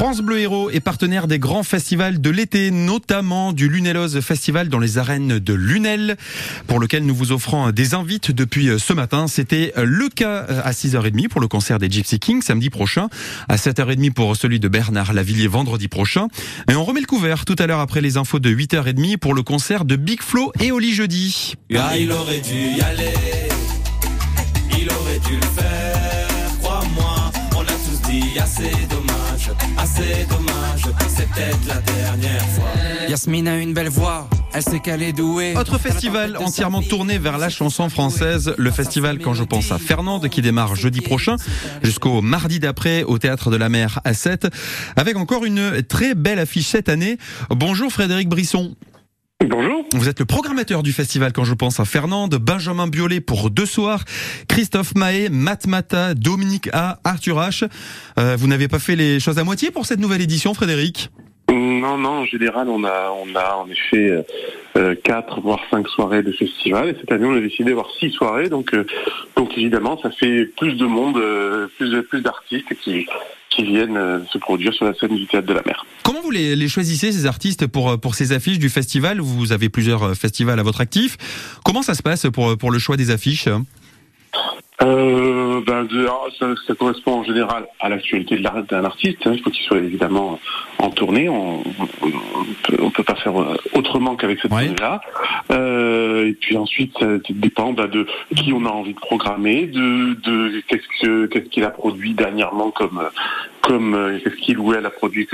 France Bleu Héros est partenaire des grands festivals de l'été, notamment du Lunelloz Festival dans les arènes de Lunel, pour lequel nous vous offrons des invites depuis ce matin. C'était le cas à 6h30 pour le concert des Gypsy Kings samedi prochain, à 7h30 pour celui de Bernard Lavilliers vendredi prochain. Et on remet le couvert tout à l'heure après les infos de 8h30 pour le concert de Big Flo et Oli jeudi. Ah, il aurait dû y aller, il aurait dû le faire, crois-moi, on a tous dit assez dommage, c'est peut-être la dernière fois. Yasmine a une belle voix, elle sait qu'elle est douée. Autre festival entièrement tourné vers la chanson française, le festival Quand je pense à Fernande, qui démarre jeudi prochain jusqu'au mardi d'après au Théâtre de la Mer à 7, avec encore une très belle affiche cette année. Bonjour Frédéric Brisson. Bonjour. Vous êtes le programmateur du festival Quand je pense à Fernande, Benjamin Biolay pour 2 soirs, Christophe Mahé, Matmata, Dominique A, Arthur H. Vous n'avez pas fait les choses à moitié pour cette nouvelle édition, Frédéric ? Non, en général, on a en effet 4 voire 5 soirées de festival, et cette année on a décidé d'avoir 6 soirées, donc évidemment ça fait plus de monde, plus d'artistes qui viennent se produire sur la scène du Théâtre de la Mer. Comment vous les choisissez, ces artistes, pour ces affiches du festival ? Vous avez plusieurs festivals à votre actif. Comment ça se passe pour le choix des affiches ? Ça correspond en général à l'actualité d'un artiste. Il faut qu'il soit évidemment en tournée. On peut pas faire autrement qu'avec cette tournée-là. Et puis ensuite, ça dépend de qui on a envie de programmer, de qu'est-ce qu'il a produit dernièrement comme qu'est-ce qu'il ou elle a produit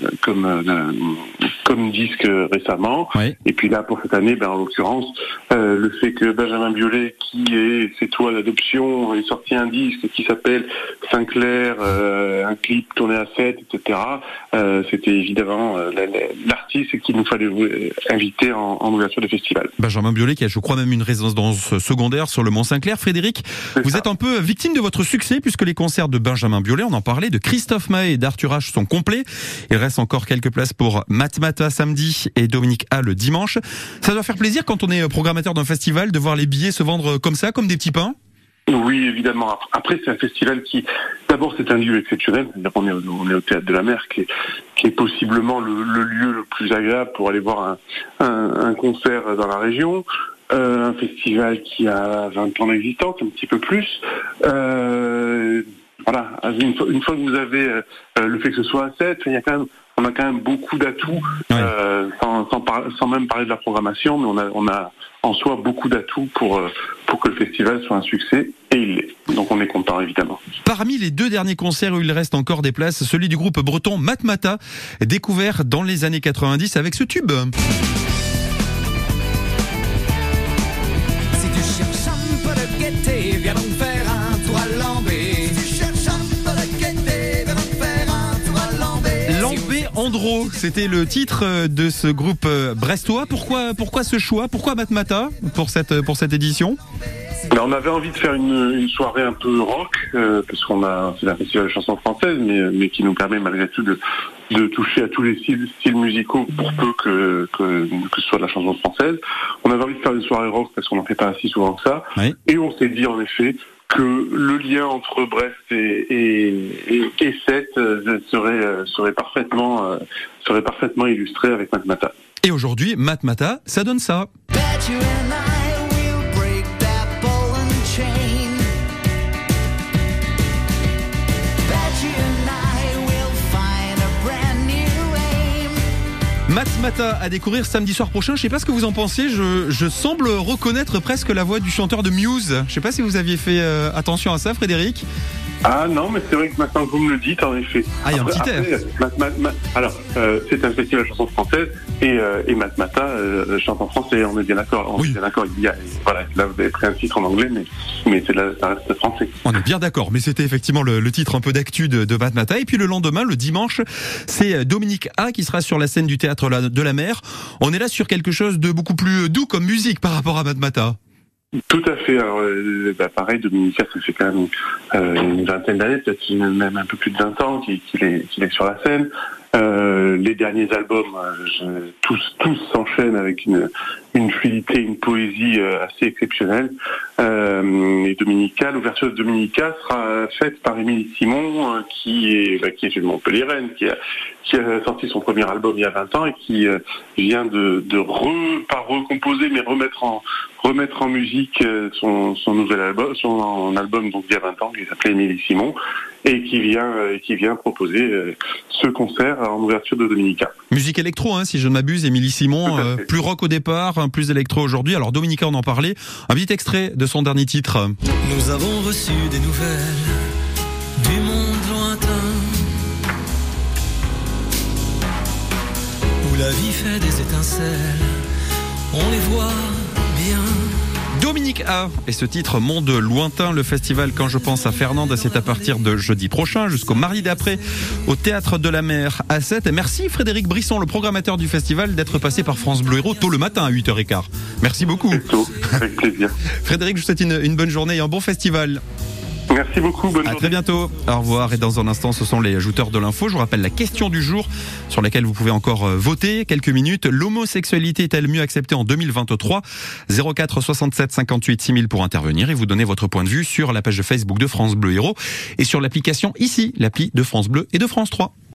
comme disque récemment. Oui. Et puis là, pour cette année, en l'occurrence, le fait que Benjamin Biolay, qui est C'est toi l'adoption, ait sorti un disque qui s'appelle Sinclair, un clip tourné à 7, etc. C'était évidemment l'artiste qu'il nous fallait inviter en ouverture de festival. Benjamin Biolay qui a, je crois, même une résidence secondaire sur le Mont Saint-Clair. Frédéric, vous êtes un peu victime de votre succès puisque les concerts de Benjamin Biolay, on en parlait, de Christophe Mahé et d'Arthur H sont complets. Il reste encore quelques places pour Matmata samedi et Dominique A le dimanche. Ça doit faire plaisir quand on est programmateur d'un festival de voir les billets se vendre comme ça, comme des petits pains. Oui, évidemment. Après, c'est un festival qui, d'abord, c'est un lieu exceptionnel. On est au Théâtre de la Mer, qui est possiblement le lieu le plus agréable pour aller voir un concert dans la région. Un festival qui a 20 ans d'existence, un petit peu plus. Voilà. Une fois que vous avez le fait que ce soit à 7, on a quand même beaucoup d'atouts, oui. Sans même parler de la programmation, mais on a en soi beaucoup d'atouts pour que le festival soit un succès, et il l'est. Donc on est content, évidemment. Parmi les 2 derniers concerts où il reste encore des places, celui du groupe breton Matmata, découvert dans les années 90 avec ce tube. Si tu cherches un peu de gaieté, viens donc faire un tour à Lambé. Si tu cherches un peu de gaieté, viens donc faire un tour à Lambé. Lambé Andro, c'était le titre de ce groupe brestois. Pourquoi ce choix ? Pourquoi Matmata pour cette édition ? On avait envie de faire une soirée un peu rock, parce c'est un festival de chansons françaises, mais qui nous permet malgré tout de toucher à tous les styles musicaux pour peu que ce soit de la chanson française. On avait envie de faire une soirée rock parce qu'on n'en fait pas si souvent que ça. Oui. Et on s'est dit en effet que le lien entre Brest et Sète serait parfaitement illustré avec Matmata. Et aujourd'hui, Matmata, ça donne ça. Matmata à découvrir samedi soir prochain. Je sais pas ce que vous en pensez. Je semble reconnaître presque la voix du chanteur de Muse. Je sais pas si vous aviez fait attention à ça, Frédéric. Ah non, mais c'est vrai que maintenant que vous me le dites, en effet. Ah, il y a un petit air. Alors, c'est un festival de chansons françaises et Matmata chante en français, on est bien d'accord. Oui. Est bien d'accord. Voilà, là vous avez pris un titre en anglais, mais ça reste français. On est bien d'accord, mais c'était effectivement le titre un peu d'actu de Matmata. Et puis le lendemain, le dimanche, c'est Dominique A qui sera sur la scène du Théâtre de la Mer. On est là sur quelque chose de beaucoup plus doux comme musique par rapport à Matmata. Tout à fait. Alors, pareil, Dominique A, ça fait quand même une vingtaine d'années, peut-être même un peu plus de 20 ans qu'il est sur la scène. Les derniers albums, tous s'enchaînent avec une une fluidité, une poésie assez exceptionnelle. Et Dominica, l'ouverture de Dominica sera faite par Émilie Simon, qui est une Montpelliéraine, qui a sorti son premier album il y a 20 ans et qui vient pas recomposer, mais remettre en musique son nouvel album, son album donc il y a 20 ans, qui s'appelait Émilie Simon, et qui vient proposer ce concert en ouverture de Dominica. Musique électro, si je ne m'abuse, Émilie Simon, plus rock au départ, plus électro aujourd'hui. Alors Dominica, on en parlait. Un petit extrait de son dernier titre. Nous avons reçu des nouvelles du monde lointain, où la vie fait des étincelles, on les voit bien. Dominique A. Et ce titre Monde lointain, le festival Quand je pense à Fernande, c'est à partir de jeudi prochain jusqu'au mardi d'après au Théâtre de la Mer à 7. Et merci Frédéric Brisson, le programmateur du festival, d'être passé par France Bleu Héros tôt le matin à 8h15. Merci beaucoup. C'est tôt, avec plaisir. Frédéric, je vous souhaite une bonne journée et un bon festival. Merci beaucoup, bonne journée. À très bientôt. Au revoir. Et dans un instant, ce sont les jouteurs de l'info. Je vous rappelle la question du jour sur laquelle vous pouvez encore voter. Quelques minutes. L'homosexualité est-elle mieux acceptée en 2023 ? 04 67 58 6000 pour intervenir et vous donner votre point de vue sur la page de Facebook de France Bleu Héros et sur l'application ici, l'appli de France Bleu et de France 3.